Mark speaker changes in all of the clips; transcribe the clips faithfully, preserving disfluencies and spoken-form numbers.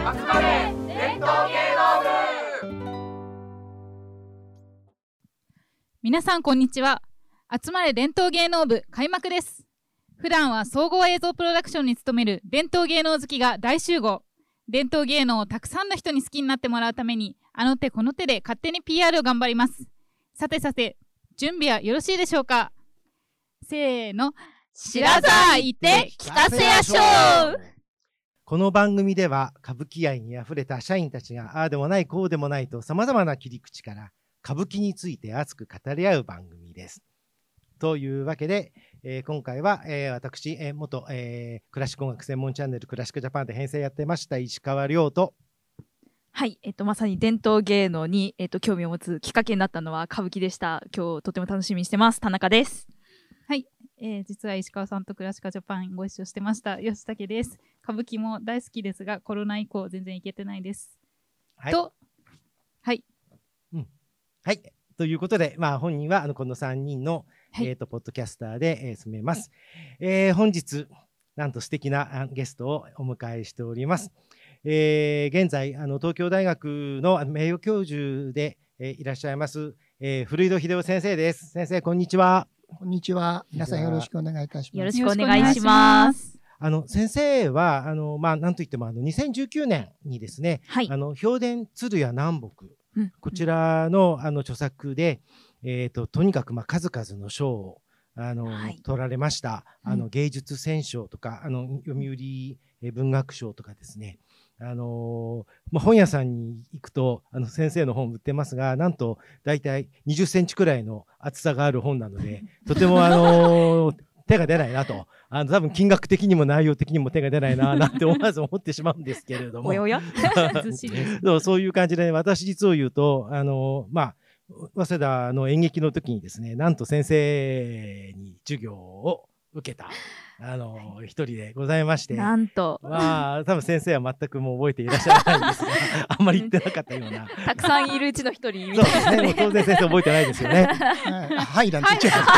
Speaker 1: 集まれ伝統芸能部。
Speaker 2: 皆さんこんにちは。集まれ伝統芸能部開幕です。普段は総合映像プロダクションに勤める伝統芸能好きが大集合。伝統芸能をたくさんの人に好きになってもらうために、あの手この手で勝手に ピーアール を頑張ります。さてさて、準備はよろしいでしょうか。せーの、白沢行って聞かせやしょう。
Speaker 3: この番組では歌舞伎愛にあふれた社員たちがああでもないこうでもないとさまざまな切り口から歌舞伎について熱く語り合う番組です。というわけで、えー、今回は、えー、私、えー、元、えー、クラシック音楽専門チャンネルクラシックジャパンで編成やってました石川亮と、
Speaker 4: はい、えっと、まさに伝統芸能に、えっと、興味を持つきっかけになったのは歌舞伎でした。今日とても楽しみにしてます。田中です。
Speaker 2: はい、えー、実は石川さんとクラシカジャパンご一緒してました吉武です。歌舞伎も大好きですがコロナ以降全然行けてないです。
Speaker 3: はい、
Speaker 2: とはい、
Speaker 3: うん、はいということで、まあ、本人はあのこのさんにんの、
Speaker 2: はい、
Speaker 3: えー、とポッドキャスターで、えー、進めます、はい。えー、本日なんと素敵なゲストをお迎えしております。えー、現在あの東京大学の名誉教授で、えー、いらっしゃいます、えー、古井戸秀夫先生です。先生こんにちは。
Speaker 5: こんにちは。皆さんよろしくお願いいたします。
Speaker 4: よろしくお願いします。
Speaker 3: あの先生はあの、まあ、なんといってもあのにせんじゅうきゅうねんにですね、はい、あの評伝鶴屋南北、うん、こちら の, あの著作で、えー、ととにかくまあ数々の賞をあの、はい、取られました。あの芸術選奨とか、あの読売文学賞とかですね、あのーまあ、本屋さんに行くとあの先生の本売ってますが、なんと大体にじゅっセンチくらいの厚さがある本なのでとても、あのー、手が出ないなと、あの多分金額的にも内容的にも手が出ないななんて思わず思ってしまうんですけれども
Speaker 4: おやおや
Speaker 3: そうそういう感じで、私実を言うと、あのー、まあ早稲田の演劇の時にですね、なんと先生に授業を受けたあの一人でございまして、
Speaker 4: なんと
Speaker 3: まあ多分先生は全くもう覚えていらっしゃらないんですがあんまり言ってなかったような
Speaker 4: たくさんいるうちの一人み
Speaker 3: たいな。そうですね、もう当然先生覚えてないですよね
Speaker 5: はいなんて言っちゃ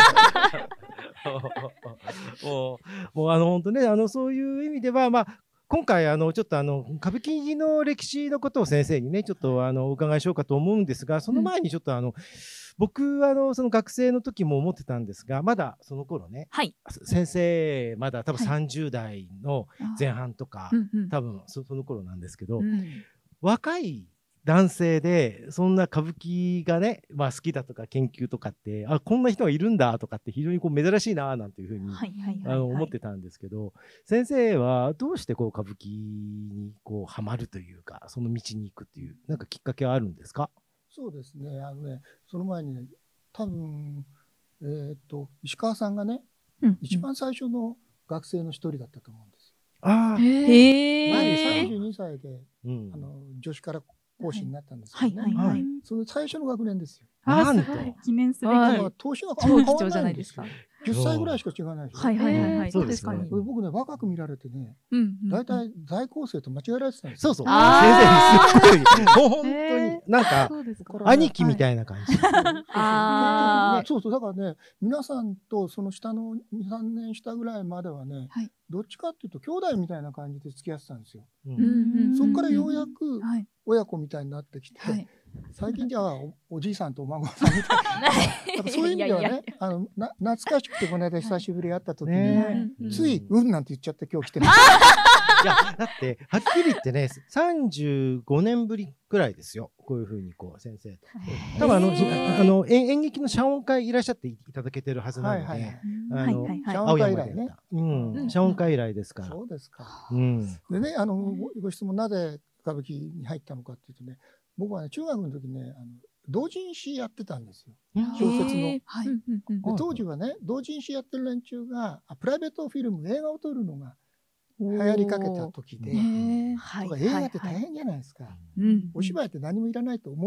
Speaker 3: うもうもうあの本当ね、あのそういう意味では、まあ今回あのちょっとあの歌舞伎の歴史のことを先生にねちょっとあのお伺いしようかと思うんですが、その前にちょっとあの、うん、僕あのその学生の時も思ってたんですが、まだその頃ね、はい、先生まだ多分さんじゅう代の前半とか、はい、多分 そ, その頃なんですけど、うん、若い男性でそんな歌舞伎がね、まあ、好きだとか研究とかって、あこんな人がいるんだとかって非常にこう珍しいななんていうふうに思ってたんですけど、先生はどうしてこう歌舞伎にこうハマるというか、その道に行くっていうなんかきっかけはあるんですか？
Speaker 5: そうですね、あのねその前にね多分、えー、と石川さんがね、うん、一番最初の学生の一人だったと思うんですよ。
Speaker 3: あ
Speaker 5: へ前にさんじゅうにさいで、うん、あの助手から講師になったんですけどね、はいはいはい、その最初の学年ですよ。
Speaker 2: なんと記念すべき、
Speaker 5: はい、年が変わらないんですよ。じゅっさいぐらいしか違わないでしょ。
Speaker 4: はいはいはいはい。
Speaker 3: そうですね。
Speaker 5: 僕ね若く見られてね、だいたい在校生と間違えられてたんです
Speaker 3: よ。そうそう。先生にすごい本当になんか兄貴みたいな感じ。
Speaker 5: ああ、そうそうだからね皆さんとその下のにさんねん下ぐらいまではね、どっちかっていうと兄弟みたいな感じで付き合ってたんですよ。そこからようやく親子みたいになってきて。最近じゃあ お, おじいさんとお孫さんみたいなそういう意味ではねあのな懐かしくてこの間久しぶりに会った時に、ね、ついうんなんて言っちゃって今日来てる。い
Speaker 3: やだってはっきり言ってねさんじゅうごねんぶりくらいですよ、こういうふうにこう先生と多分あのあの演劇の謝恩会いらっしゃっていただけてるはずなので、
Speaker 5: 謝恩会以来ね、
Speaker 3: 謝恩会以来ですから。
Speaker 5: そうですか、うん、でねあの ご, ご質問なぜ歌舞伎に入ったのかっていうとね、僕はね中学の時ねあの同人誌やってたんですよ、小説の、はい、で当時はね同人誌やってる連中がプライベートフィルム映画を撮るのが流行りかけた時で、映画って大変じゃないですか、はいはい、お芝居って何もいらないと思って、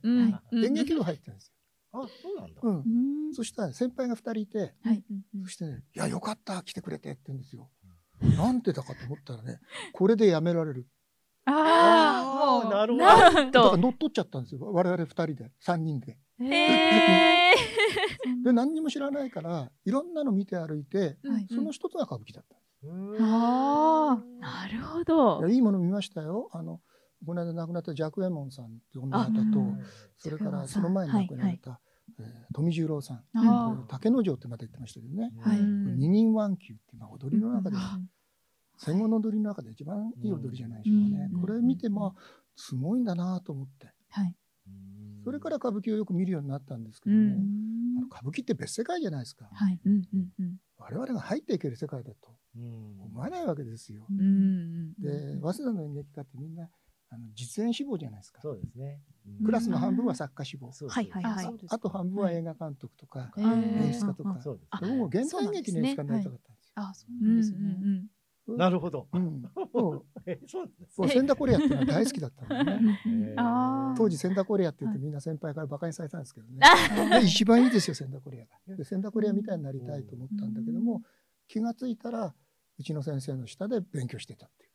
Speaker 5: うん、演劇部入ったんですよ。
Speaker 3: あ、そうなんだ、
Speaker 5: うん、そしたら先輩がふたりいて、はい、そしてね「いやよかった来てくれて」って言うんですよ。なんてだかと思ったらねこれでやめられる。
Speaker 4: ああ、
Speaker 3: なるほど。
Speaker 4: なんと
Speaker 5: 乗っ取っちゃったんですよ、我々ふたりでさんにんで。
Speaker 4: へ
Speaker 5: で何にも知らないからいろんなの見て歩いて、はい、その一つが歌舞伎だったんです。
Speaker 4: ああ、なるほほど。
Speaker 5: いやいいもの見ましたよ。あのこの間亡くなったジャクエモンさんって女方と、それからその前に亡くなった、はいはい、えー、富十郎さん、うん、竹之丞ってまた言ってましたけどね、はい、二人腕球っていうのは踊りの中で、うん、戦後の踊りの中で一番いい踊りじゃないでしょうね、うん、これ見てまあすごいんだなと思って、はい、それから歌舞伎をよく見るようになったんですけども、うん、あの歌舞伎って別世界じゃないですか、はい、うんうんうん、我々が入っていける世界だと思わないわけですよ、うん、で早稲田の演劇家ってみんなあの実演志望じゃないですか。
Speaker 3: そうですね。
Speaker 5: クラスの半分は作家志望。
Speaker 4: はいはいはい。
Speaker 5: あと半分は映画監督とか演出家とか。僕も現代劇の演出家になりたかったんですよ。
Speaker 2: あ、そうなんですね。
Speaker 3: なるほど。
Speaker 5: うん。そう。千田コレアっていうのは大好きだったのね。当時千田コレアって言ってみんな先輩からバカにされたんですけどね。一番いいですよ千田コレアが。で千田コレアみたいになりたいと思ったんだけども、気がついたらうちの先生の下で勉強してたっていう。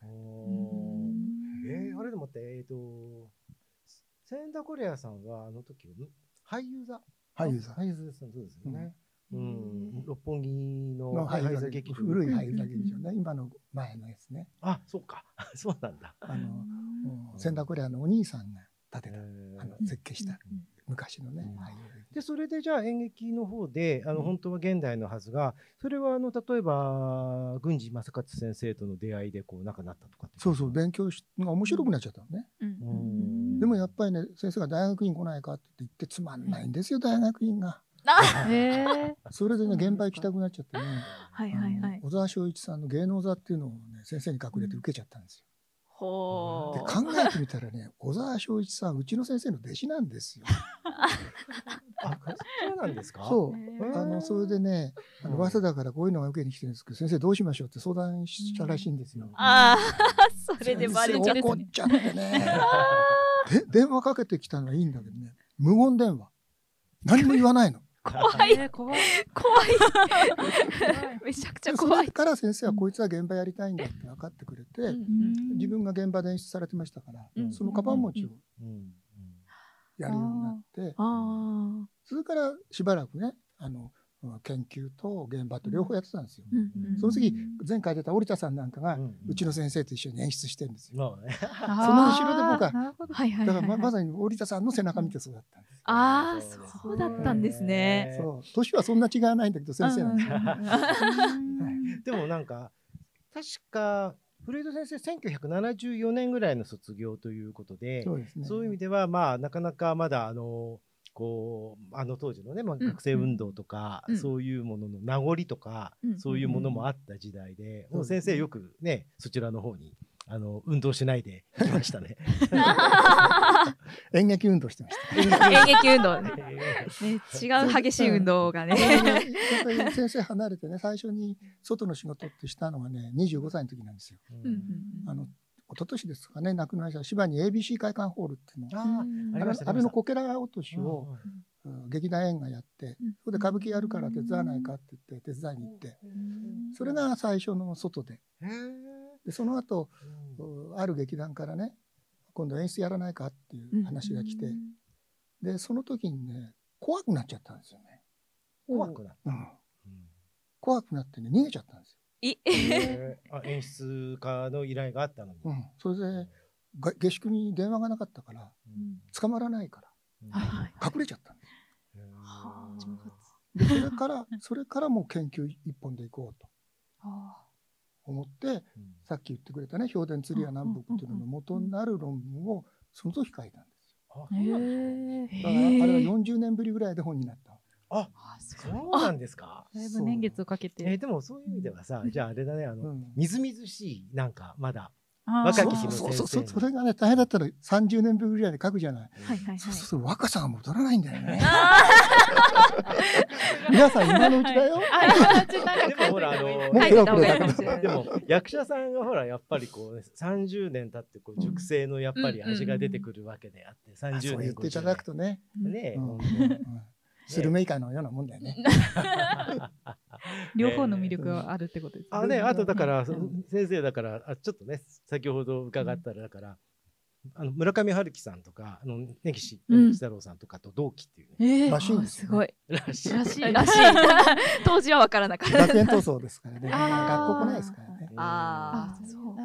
Speaker 3: えー、あれでもって、えっ、ー、と、千田コレアさんはあの時俳優座
Speaker 5: 俳優座
Speaker 3: 俳優座さんそうですよね。うん、うん、六本木の
Speaker 5: 俳優座劇場、古い俳優座劇場ね、今の前のやつね。
Speaker 3: あ、そうか、そうなんだ。
Speaker 5: あの千田コレアのお兄さんが建てた、あの設計した昔のね。
Speaker 3: でそれでじゃあ演劇の方であの本当は現代のはずが、それはあの例えば郡司正勝先生との出会いでこう仲になったとか。
Speaker 5: そうそう、勉強しが面白くなっちゃったのね。でもやっぱりね、先生が大学院来ないかって言ってつまんないんですよ、大学院が。それでね、現場行きたくなっちゃってね、小沢昭一さんの芸能座っていうのをね、先生に隠れて受けちゃったんですよ。で考えてみたらね、小沢昭一さんうちの先生の弟子なんですよ。
Speaker 3: あ、そうなんですか。
Speaker 5: そう、あのそれでね、あの早稲田からこういうのが受けに来てるんですけど、先生どうしましょうって相談したらしいんですよ。
Speaker 4: ああ、それでバレちゃって
Speaker 5: 怒っちゃってね。で電話かけてきたのはいいんだけどね、無言電話、何も言わないの。
Speaker 4: 怖い怖い怖いめちゃくちゃ怖い。
Speaker 5: それから先生はこいつは現場やりたいんだって分かってくれて、自分が現場で演出されてましたから、そのカバン持ちをやるようになって、それからしばらくね、あの研究と現場と両方やってたんですよ。その次前回出た織田さんなんかがうちの先生と一緒に演出してるんですよ。その後ろで僕はだからまさに織田さんの背中見てそうだったんです。
Speaker 4: ああ、そうだったんですね。
Speaker 5: そう、年はそんな違わないんだけど先生なんですよ。
Speaker 3: でもなんか確か古井戸先生せんきゅうひゃくななじゅうよねんぐらいの卒業ということで、そうですね、そういう意味ではまあなかなかまだあのこうあの当時のね、まあ、学生運動とか、うん、そういうものの名残とか、うん、そういうものもあった時代で、うん、もう先生よくねそちらの方にあの運動しないで来ましたね。
Speaker 5: 演劇運動してました。
Speaker 4: 演劇運動ね、違う激しい運動がね。
Speaker 5: やっぱり先生離れてね、最初に外の仕事ってしたのはねにじゅうごさいの時なんですよ。うん、あの一昨年ですかね、亡くなりました芝に エービーシー 会館ホールっていうのがあれのこけら落としを劇団演がやって、それで歌舞伎やるから手伝わないかって言って手伝いに行って、それが最初の外で、でその後ある劇団からね、今度演出やらないかっていう話が来て、でその時にね怖くなっちゃったんですよね。
Speaker 3: 怖くなった、うん、
Speaker 5: 怖くなってね逃げちゃったんですよ。
Speaker 3: えー、あ演出家の依頼があったのに、
Speaker 5: うん、それで下宿に電話がなかったから、うん、捕まらないから、うん、隠れちゃったんです。でそれからそれからもう研究一本でいこうと思って、うん、さっき言ってくれたね評伝釣りや南北っていうのの元になる論文をその時書いたんですよ。だからあれはよんじゅうねんぶりぐらいで本になった。
Speaker 3: あ、そうなんですか。
Speaker 2: だいぶ年月をかけて。
Speaker 3: えー、でもそういう意味ではさ、じゃああれだね、あの、うん、みずみずしいなんかまだ若き日の先生に。そうそうそう、
Speaker 5: それがね大変だったらさんじゅうねんぶりぐらいで書くじゃない。はいはいはい。そうそうそう若さが戻らないんだよね。皆さん今のうちだよ。
Speaker 3: でもほらあのでも役者さんがほらやっぱりこう、ね、さんじゅうねん経ってこう熟成のやっぱり味が出てくるわけであって、さんじゅうねん
Speaker 5: そう言っていただくとね。
Speaker 3: ね。
Speaker 5: スルメイカのようなもんだよね。
Speaker 2: 両方の魅力があるってことですね。
Speaker 3: あね、あとだから先生だからあちょっとね先ほど伺ったらだからあの村上春樹さんとかあの根岸太郎さんとかと同期っていう
Speaker 5: ね。らしいんです
Speaker 4: すごい。
Speaker 3: らしい
Speaker 4: らしいらしい。当時は分からなかった。
Speaker 5: 学園闘争ですからね。学校来ないですからね。
Speaker 4: ああ、そうか。
Speaker 2: ごめん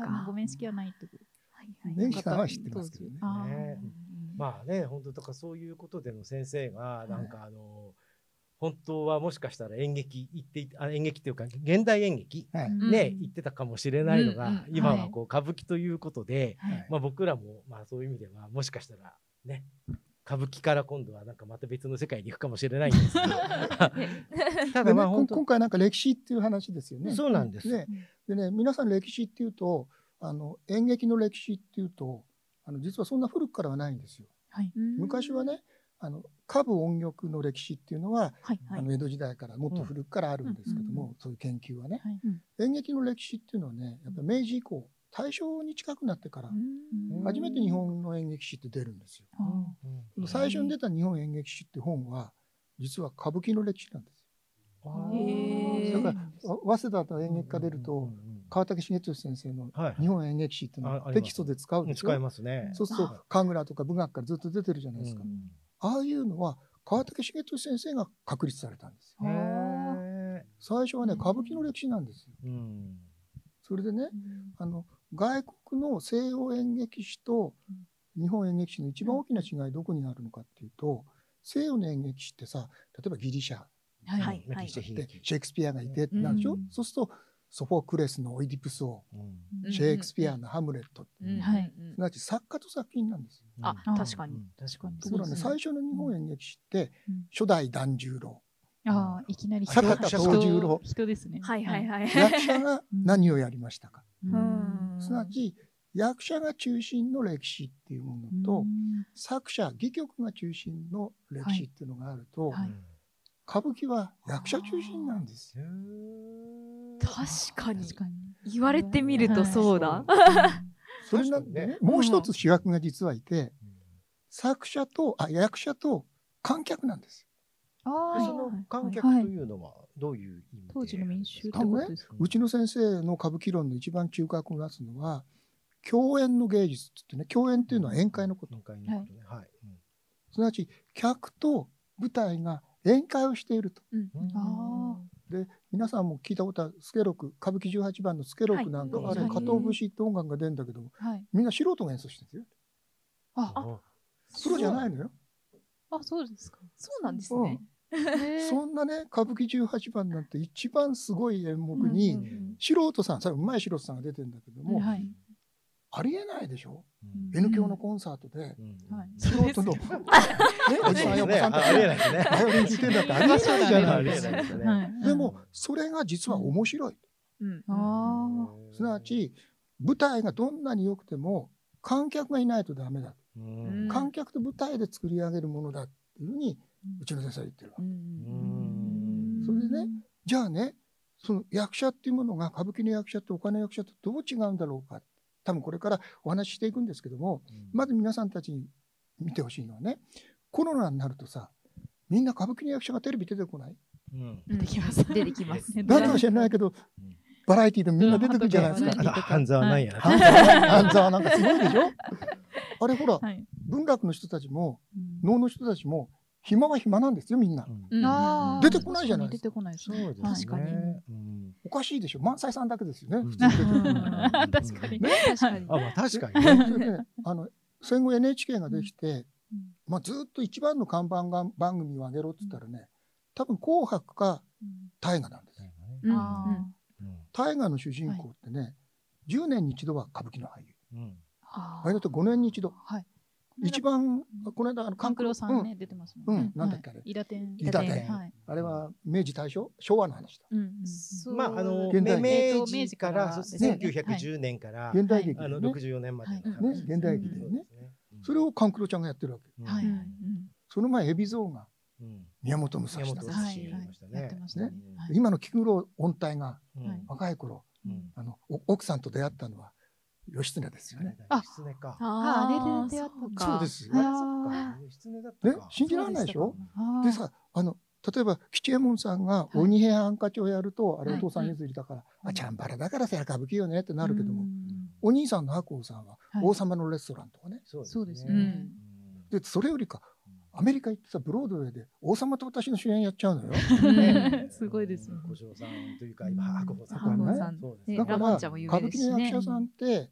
Speaker 2: 面識はないという。
Speaker 5: 年期間は知ってますけどね。
Speaker 2: あー
Speaker 3: ねまあね、本当とかそういうことでの先生がなんかあの、本当はもしかしたら演劇行っていあ演劇っていうか現代演劇
Speaker 5: はい
Speaker 3: ね、行ってたかもしれないのが、
Speaker 2: うんうん
Speaker 3: 今はこう歌舞伎ということで、
Speaker 5: はい
Speaker 3: まあ僕らもまあそういう意味ではもしかしたらね歌舞伎から今度はなんかまた別の世界に行くかもしれないんですけどた
Speaker 5: で
Speaker 3: だ
Speaker 5: ねこん
Speaker 3: まあ本当
Speaker 5: 今回なんか歴史っていう話ですよね。
Speaker 3: そうなんです。
Speaker 5: ねでね、皆さん歴史っていうとあの演劇の歴史っていうとあの実はそんな古くからはないんですよ。
Speaker 2: はい
Speaker 5: 昔はねあの歌舞音曲の歴史っていうのは、
Speaker 4: はいはい
Speaker 5: あの江戸時代からもっと古くからあるんですけども、
Speaker 2: うん
Speaker 5: そういう研究はね、
Speaker 2: はい
Speaker 5: 演劇の歴史っていうのはねやっぱり明治以降大正に近くなってから
Speaker 2: うん
Speaker 5: 初めて日本の演劇史って出るんですよ。
Speaker 2: あ
Speaker 3: うん
Speaker 5: 最初に出た日本演劇史って本は実は歌舞伎の歴史なんです
Speaker 3: あ
Speaker 2: ー
Speaker 3: ー
Speaker 2: へー
Speaker 5: だからわ早稲田の演劇科出ると、
Speaker 3: うんうんうん
Speaker 5: 川竹重俊先生の
Speaker 3: はい
Speaker 5: 日本演劇史っていうの
Speaker 3: ああります
Speaker 5: はテキストで使うでしょ。
Speaker 3: 使いますね。
Speaker 5: そうすると神楽とか文学からずっと出てるじゃないですか。
Speaker 3: うん
Speaker 5: ああいうのは川竹重俊先生が確立されたんですよ。
Speaker 3: へ
Speaker 5: 最初はね歌舞伎の歴史なんですよ。
Speaker 3: ーうん
Speaker 5: それでねあの外国の西洋演劇史と日本演劇史の一番大きな違いどこにあるのかっていうと西洋の演劇史ってさ例えばギリシャ
Speaker 2: はい
Speaker 4: はい
Speaker 3: メキシコ悲
Speaker 5: で
Speaker 3: 劇
Speaker 5: シェイクスピアがいてってなるでしょ、
Speaker 2: うん
Speaker 5: そうするとソフォクレスのオイディプス王
Speaker 3: うん
Speaker 5: シェイクスピアのハムレット、
Speaker 4: うん
Speaker 2: はい
Speaker 4: うん
Speaker 5: すなわち作家と作品なんですよ。
Speaker 4: あ
Speaker 3: うん
Speaker 4: 確かに
Speaker 3: うん確かに
Speaker 5: ところがね
Speaker 2: そうです
Speaker 5: 最初の日本演劇史って
Speaker 2: うん
Speaker 5: 初代團十郎
Speaker 2: ああいきなり
Speaker 5: 坂田藤十郎
Speaker 2: 人ですね。
Speaker 4: はいはいはい
Speaker 5: 役者が何をやりましたか、
Speaker 2: うん
Speaker 4: うん
Speaker 5: すなわち役者が中心の歴史っていうものと、作者戯曲が中心の歴史っていうのがあると、
Speaker 2: はい
Speaker 5: 歌舞伎は役者中心なんですよ。
Speaker 4: 確かに
Speaker 2: 確かに
Speaker 4: 言われてみるとそうだ。
Speaker 5: それなんで、ね
Speaker 3: 確か、
Speaker 5: もう一つ主役が実はいて、作者とあ役者と観客なんですよ。
Speaker 2: ああ
Speaker 3: でその観客というのはどういう意味で
Speaker 2: 当時の民衆って
Speaker 5: あのね
Speaker 2: ことですか。
Speaker 5: うちの先生の歌舞伎論の一番中核をなすのは狂演の芸術って言ってね、狂演っていうのは宴会のこと、
Speaker 3: 宴会のことねはい
Speaker 5: すなわち客と舞台が宴会をしていると。
Speaker 3: うん
Speaker 2: あ
Speaker 5: で皆さんも聞いたことは助六歌舞伎じゅうはちばんの助六なんかはあれ
Speaker 2: はい
Speaker 5: 加藤節って音楽が出るんだけども
Speaker 2: あはい
Speaker 5: みんな素人が演奏してるんですよ。
Speaker 2: あ
Speaker 3: あ
Speaker 5: プロじゃないのよ。
Speaker 2: あそうですか。
Speaker 4: そうなんですね。
Speaker 5: そんなね歌舞伎じゅうはちばんなんて一番すごい演目に、
Speaker 2: うんうん
Speaker 5: 素人さんそれうまい素人さんが出てるんだけども、
Speaker 2: はい
Speaker 5: ありえないでしょ。
Speaker 3: うん
Speaker 5: N 響のコンサートで、
Speaker 3: うん
Speaker 2: はい
Speaker 5: 素人の、ね、おじさんやおばさんたち
Speaker 3: ありえないですね
Speaker 5: バイオリン弾いてんだってありえないじゃないですか。
Speaker 3: ありえないですね
Speaker 2: はい
Speaker 5: でもそれが実は面白い。
Speaker 4: うん
Speaker 2: あ
Speaker 5: すなわち舞台がどんなに良くても観客がいないとダメだ。
Speaker 3: うん
Speaker 5: 観客と舞台で作り上げるものだっていうふうにうちの先生は言ってるわけ。
Speaker 3: うん
Speaker 5: それでねじゃあねその役者っていうものが歌舞伎の役者と他の役者とどう違うんだろうか多分これからお話ししていくんですけどもまず皆さんたちに見てほしいのはねコロナになるとさみんな歌舞伎の役者がテレビ出てこない
Speaker 3: うん
Speaker 2: 出てきます。
Speaker 4: 出てきます。
Speaker 5: なんでか知らないけどバラエティーでみんな出てくるじゃないですか。
Speaker 2: うん
Speaker 3: あ半沢なんやな
Speaker 5: 半沢半沢なんかすごいでしょあれほら
Speaker 2: はい
Speaker 5: 文楽の人たちも能の人たちも暇は暇なんですよみんな。
Speaker 3: うん
Speaker 2: あー
Speaker 5: 出てこないじゃない
Speaker 2: 出てこないです
Speaker 3: そう
Speaker 2: ね。
Speaker 3: ですね
Speaker 2: 確かに。
Speaker 3: うん
Speaker 5: おかしいでしょ満載さんだけですよね
Speaker 3: うん
Speaker 5: 普通に出てくる。
Speaker 2: 確かに。
Speaker 4: 確かに。
Speaker 3: あまあ確かにね
Speaker 5: それでねあの戦後 エヌエイチケー ができて、
Speaker 2: うん
Speaker 5: まあ、ずっと一番の看板が番組を上げろって言ったらね多分「紅白」か「大河」なんです。
Speaker 4: うん
Speaker 2: あ
Speaker 5: 大河の主人公ってね、じゅうねんに一度は歌舞伎の俳優
Speaker 3: うん
Speaker 2: あ
Speaker 5: あれだとごねんに一度
Speaker 2: はい。
Speaker 5: 一番この間あの
Speaker 2: 勘九郎さんね出てますもんね。
Speaker 5: うんなんだっけあれ
Speaker 2: 伊達天。
Speaker 5: 伊達天
Speaker 2: はい。
Speaker 5: あれは明治大正昭和の話だ
Speaker 4: うん
Speaker 2: そう
Speaker 3: まああの
Speaker 5: 現代
Speaker 3: 明
Speaker 2: 明治
Speaker 3: 治か
Speaker 2: からら
Speaker 3: そう
Speaker 2: ですね
Speaker 3: せんきゅうひゃくじゅうねんから
Speaker 5: 現代劇
Speaker 3: あの
Speaker 5: でね
Speaker 3: ろくじゅうよねんまでの
Speaker 2: はい
Speaker 5: ね
Speaker 3: 話
Speaker 5: 現代劇でね
Speaker 3: そうですね
Speaker 5: それを勘九郎ちゃんがやってるわけ
Speaker 3: うん
Speaker 2: はいはい。
Speaker 5: その前海老蔵が
Speaker 3: うん
Speaker 5: 宮本武蔵
Speaker 3: 宮
Speaker 5: だ
Speaker 3: 本武蔵
Speaker 2: はいはい
Speaker 3: やりましたね
Speaker 2: やってましたね。はい
Speaker 5: 今の菊五郎音体が
Speaker 3: うん
Speaker 2: はい
Speaker 5: 若い頃
Speaker 3: うん
Speaker 5: あのお奥さんと出会ったのは義経ですよね。
Speaker 2: あ
Speaker 3: 狐か
Speaker 2: ああれで出会った
Speaker 4: そう
Speaker 2: か。
Speaker 5: そうですよ
Speaker 3: あ
Speaker 2: あ
Speaker 3: そっ
Speaker 2: ー
Speaker 3: か狐だった
Speaker 5: ね
Speaker 3: か
Speaker 5: 信じられないでしょ。
Speaker 2: あー
Speaker 5: でさあの例えば吉右衛門さんが
Speaker 2: い
Speaker 5: 鬼平犯科帳をやると、あれ
Speaker 2: はい
Speaker 5: お父さん譲りだから、
Speaker 2: い
Speaker 5: あチャンバラだからそりゃ歌舞伎よねってなるけども、
Speaker 2: うん
Speaker 5: お兄さんの白鸚さんは
Speaker 2: はい
Speaker 5: 王様のレストランとかね、
Speaker 2: そうです
Speaker 4: ね
Speaker 3: うん
Speaker 5: でそれよりかアメリカ行ってさブロードウェイで王様と私の主演やっちゃうのよ。
Speaker 3: ね
Speaker 2: すごいですね
Speaker 3: 小姓さんというか今白鵬さん
Speaker 5: 白鵬
Speaker 4: さん
Speaker 3: そうですね
Speaker 4: ね
Speaker 5: だから
Speaker 4: ラマンチャも有名
Speaker 5: 歌舞伎
Speaker 4: ですしね
Speaker 5: の役者さんって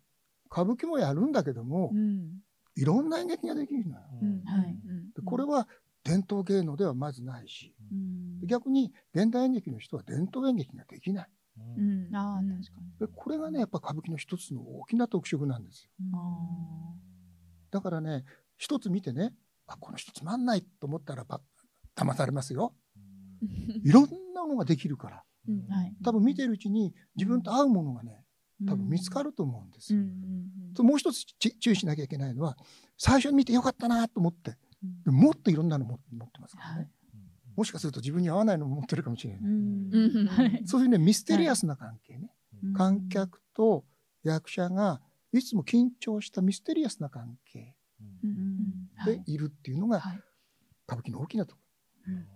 Speaker 5: 歌舞伎もやるんだけども、
Speaker 4: うん、
Speaker 5: いろんな演劇ができるのよ。
Speaker 4: うんはい
Speaker 5: でこれは伝統芸能ではまずないし、
Speaker 4: うん
Speaker 5: 逆に現代演劇の人は伝統演劇ができない。
Speaker 4: うんあー確かに
Speaker 5: でこれがねやっぱ歌舞伎の一つの大きな特色なんですよ。だからね一つ見てねあこの人つまんないと思ったらば騙されますよ。いろんなのができるから、
Speaker 4: うんはい
Speaker 5: 多分見てるうちに自分と合うものがね多分見つかると思うんですよ。ともう一つ注意しなきゃいけないのは最初に見てよかったなと思ってでももっといろんなの持ってますからね、はい、もしかすると自分に合わないのも持ってるかもしれない、うんはい、そういうねミステリアスな関係ね、はい、観客と役者がいつも緊張したミステリアスな関係でいるっていうのが歌舞伎の大きなところ、はい、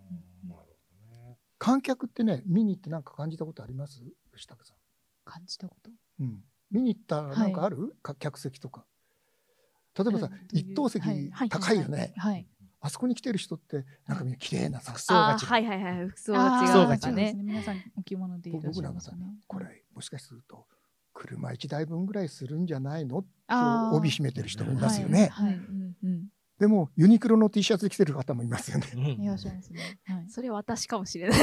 Speaker 5: 観客ってね見に行って何か感じたことあります吉高さん？
Speaker 4: 感じたこと、
Speaker 5: うん、見に行ったら何かある、はい、客席とか例えばさ、はい、一等席高いよね、はいはい、あそこに来てる人ってなんかみんな綺麗な服装が違う。
Speaker 4: はいはいはい服装が違うね。
Speaker 2: 皆さんお着物でいらっしゃいますね。
Speaker 5: 僕らがさこれもしかすると車一台分ぐらいするんじゃないのって帯締めてる人もいますよね。はいはいうんうん、でもユニクロの T シャツで着てる方もいますよね。
Speaker 2: いらっしゃいますね。
Speaker 4: はい、それ私かもしれない。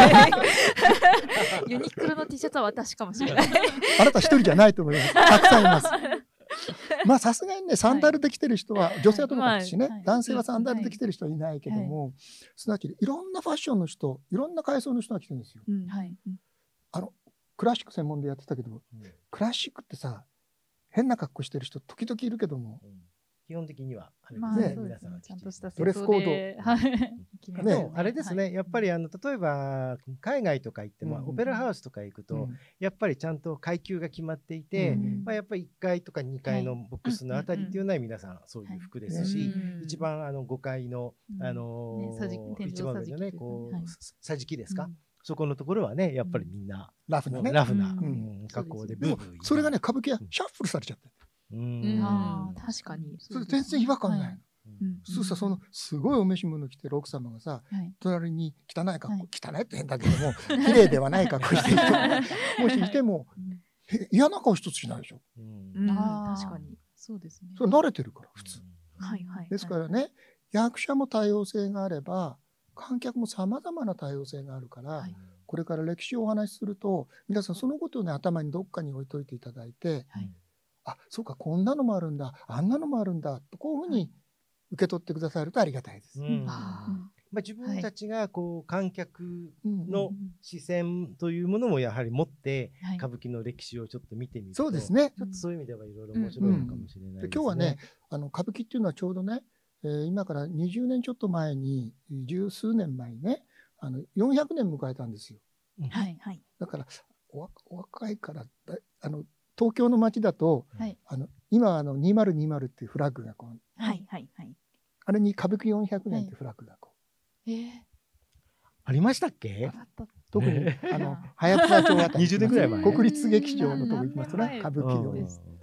Speaker 4: ユニクロの T シャツは私かもしれない。
Speaker 5: あなた一人じゃないと思います。たくさんいます。まあさすがにねサンダルで着てる人は、はい、女性はともかくですしね、はい、男性はサンダルで着てる人はいないけども、はい、すなわちいろんなファッションの人いろんな階層の人が来てるんですよ、うんはい、あのクラシック専門でやってたけど、うん、クラシックってさ変な格好してる人時々いるけども、うん、
Speaker 3: 基本的にはあれですね、まあ、皆さん
Speaker 2: ちゃんとした
Speaker 5: ドレスコー
Speaker 3: ドね、あれですね、はい、やっぱりあの例えば海外とか行っても、うん、オペラハウスとか行くと、うん、やっぱりちゃんと階級が決まっていて、うんまあ、やっぱりいっかいとかにかいのボックスのあたりっていうのは皆さんそういう服ですし、はい、一番あのごかいの、あのーね、一番上のねこう、はい、桟敷ですか、うんそこのところはねやっぱりみんな
Speaker 5: ラフなね
Speaker 3: ラフな格好で、
Speaker 5: でもそれがね歌舞伎はシャッフルされちゃって
Speaker 4: うんあ確かに
Speaker 5: それ全然違和感ないの。そうさそのすごいお召し物着てる奥様がさ隣に汚い格好汚いって変だけども綺麗ではない格好してる人がもしいても嫌な顔一つしないでしょ。
Speaker 4: 確かにそうですね。
Speaker 5: それ慣れてるから普通。ですからね役者も多様性があれば観客もさまざまな多様性があるから、はい、これから歴史をお話しすると皆さんそのことをね頭にどっかに置いといていただいて、はい、あそうかこんなのもあるんだあんなのもあるんだとこういうふうに受け取ってくださるとありがたいです。うん
Speaker 3: まあ、自分たちがこう観客の視線というものもやはり持って歌舞伎の歴史をちょっと見てみると、
Speaker 5: そうですね、
Speaker 3: ちょっとそういう意味ではいろいろ面白いのかもしれないですね。
Speaker 5: 今日はねあの歌舞伎っていうのはちょうどねえー、今からにじゅうねんちょっと前に十数年前にねあのよんひゃくねん迎えたんですよ。はいはい、だからお若いからあの東京の街だと、はい、あの今あのにせんにじゅうっていうフラッグがこう、はいはいはい、あれに歌舞伎よんひゃくねんっていうフラッグがこう、はい、えー、
Speaker 3: ありましたっけ？
Speaker 5: 特にあの早草町あたり
Speaker 3: にじゅうねんぐらい前
Speaker 5: 国立劇場のとこ行きますとね歌舞伎を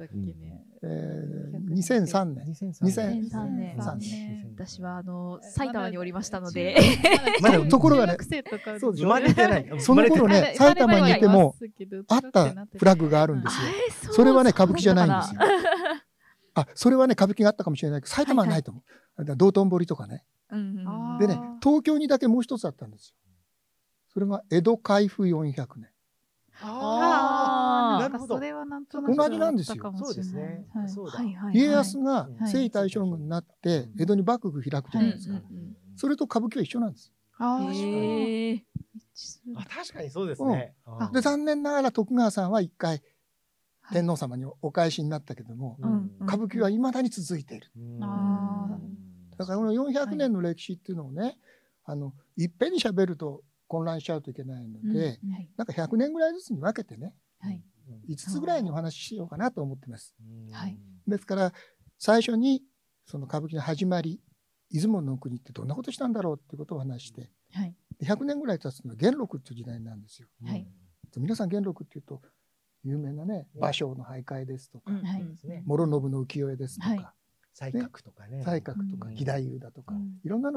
Speaker 5: にせんさんねん
Speaker 4: にせんさんねん私はあの埼玉におりましたので
Speaker 5: まだところがね
Speaker 3: そう生まれてない
Speaker 5: その頃ね埼玉にいてもあったフラッグがあるんですよ。それはね歌舞伎じゃないんですよ。あそれはね歌舞伎があったかもしれないけど埼玉はないと思う。道頓堀とかねでね東京にだけもう一つあったんですよ。それが江戸開府よんひゃくねん。
Speaker 2: ああ、なるほど。それはなんとなく
Speaker 5: 同じなんですよ。
Speaker 3: そうですね。
Speaker 5: 家康が征夷大将軍になって江戸に幕府開くじゃないですか。それと歌舞伎は一緒なんです。
Speaker 3: ああ、確かにそうですね。
Speaker 5: で残念ながら徳川さんは一回天皇様にお返しになったけども、歌舞伎はいまだに続いている。だからこのよんひゃくねんの歴史っていうのをね、あのいっぺんに喋ると混乱しちゃうといけないので、うんはい、なんかひゃくねんぐらいずつに分けてね、はい、いつつぐらいにお話ししようかなと思ってます。はい、ですから最初にその歌舞伎の始まり出雲の国ってどんなことしたんだろうっていうことを話して、はい、ひゃくねんぐらい経つのは元禄っていう時代なんですよ。はい、皆さん元禄っていうと有名なね芭蕉の俳諧ですとか、はい、諸信の浮世絵ですとか、
Speaker 3: はい、西閣とかね
Speaker 5: 西閣とか義太夫だとか、うん、いろんなの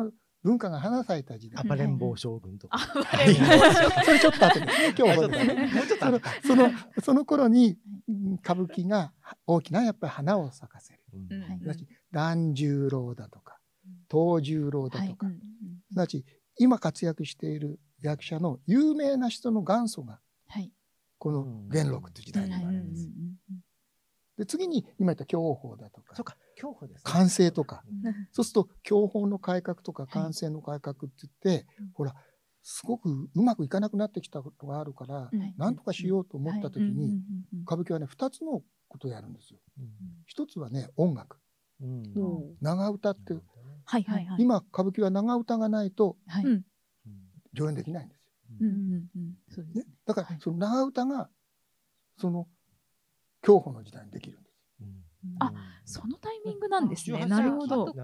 Speaker 5: 文化が花咲いた時代。
Speaker 3: 暴れん坊将軍とか。
Speaker 5: それちょっと後ですね。今日
Speaker 3: もうちょっと後か。
Speaker 5: そのその頃に歌舞伎が大きなやっぱり花を咲かせる。團十郎だとか藤十郎だとか、すなわち今活躍している役者の有名な人の元祖がこの元禄という時代に生まれます。で次に今言った享保だとか寛政とか、そうすると享保の改革とか寛政の改革って言って、ほらすごくうまくいかなくなってきたことがあるから何とかしようと思った時に歌舞伎はねふたつのことをやるんですよ。一つはね音楽、長唄って、今歌舞伎は長唄がないと上演できないんですよ。だからその長唄がその享保の時代にできるんです。
Speaker 4: あ、そのタイミングなんですね。なるほど。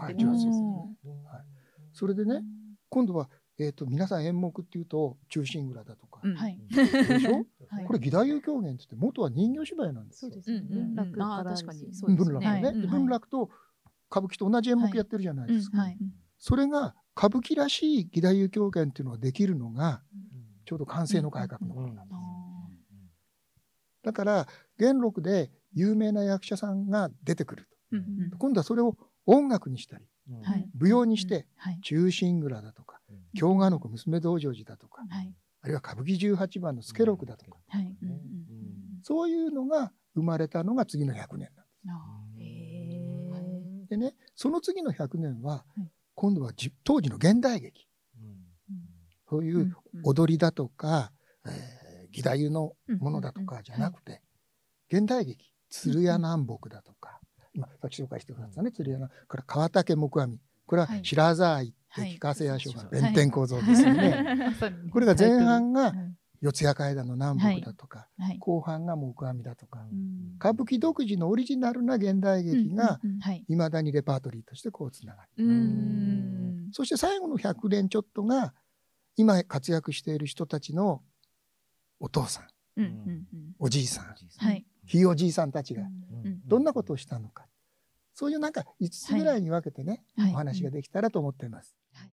Speaker 5: それでね、今度はえっと皆さん演目っていうと忠臣蔵だとかでしょ。これ義太夫狂言って言って元は人形芝居なんですよ。
Speaker 4: ああ確かに
Speaker 5: 文楽ね。文楽と歌舞伎と同じ演目やってるじゃないですか。それが歌舞伎らしい義太夫狂言っていうのができるのがちょうど寛政の改革の頃なんです。だから元禄で有名な役者さんが出てくると、今度はそれを音楽にしたり舞踊にして忠臣蔵だとか京鹿の子娘道成寺だとか、あるいは歌舞伎じゅうはちばんの助六だとか、そういうのが生まれたのが次のひゃくねんなんです。でね、その次のひゃくねんは今度は当時の現代劇、そういう踊りだとか、えー義太夫のものだとかじゃなくて、現代劇鶴屋南北だとか、今さっき紹介してくださったね、鶴屋南から川竹木阿弥、これは白沢一って聞かせやしょうが弁天構造ですよね。これが前半が四谷怪談の南北だとか、後半が木阿弥だとか、歌舞伎独自のオリジナルな現代劇がいまだにレパートリーとしてこうつながる。そして最後のひゃくねんちょっとが今活躍している人たちのお父さん、おじいさん、ひいおじいさんたちがどんなことをしたのか、そういうなんかいつつぐらいに分けてね、お話ができたらと思っています。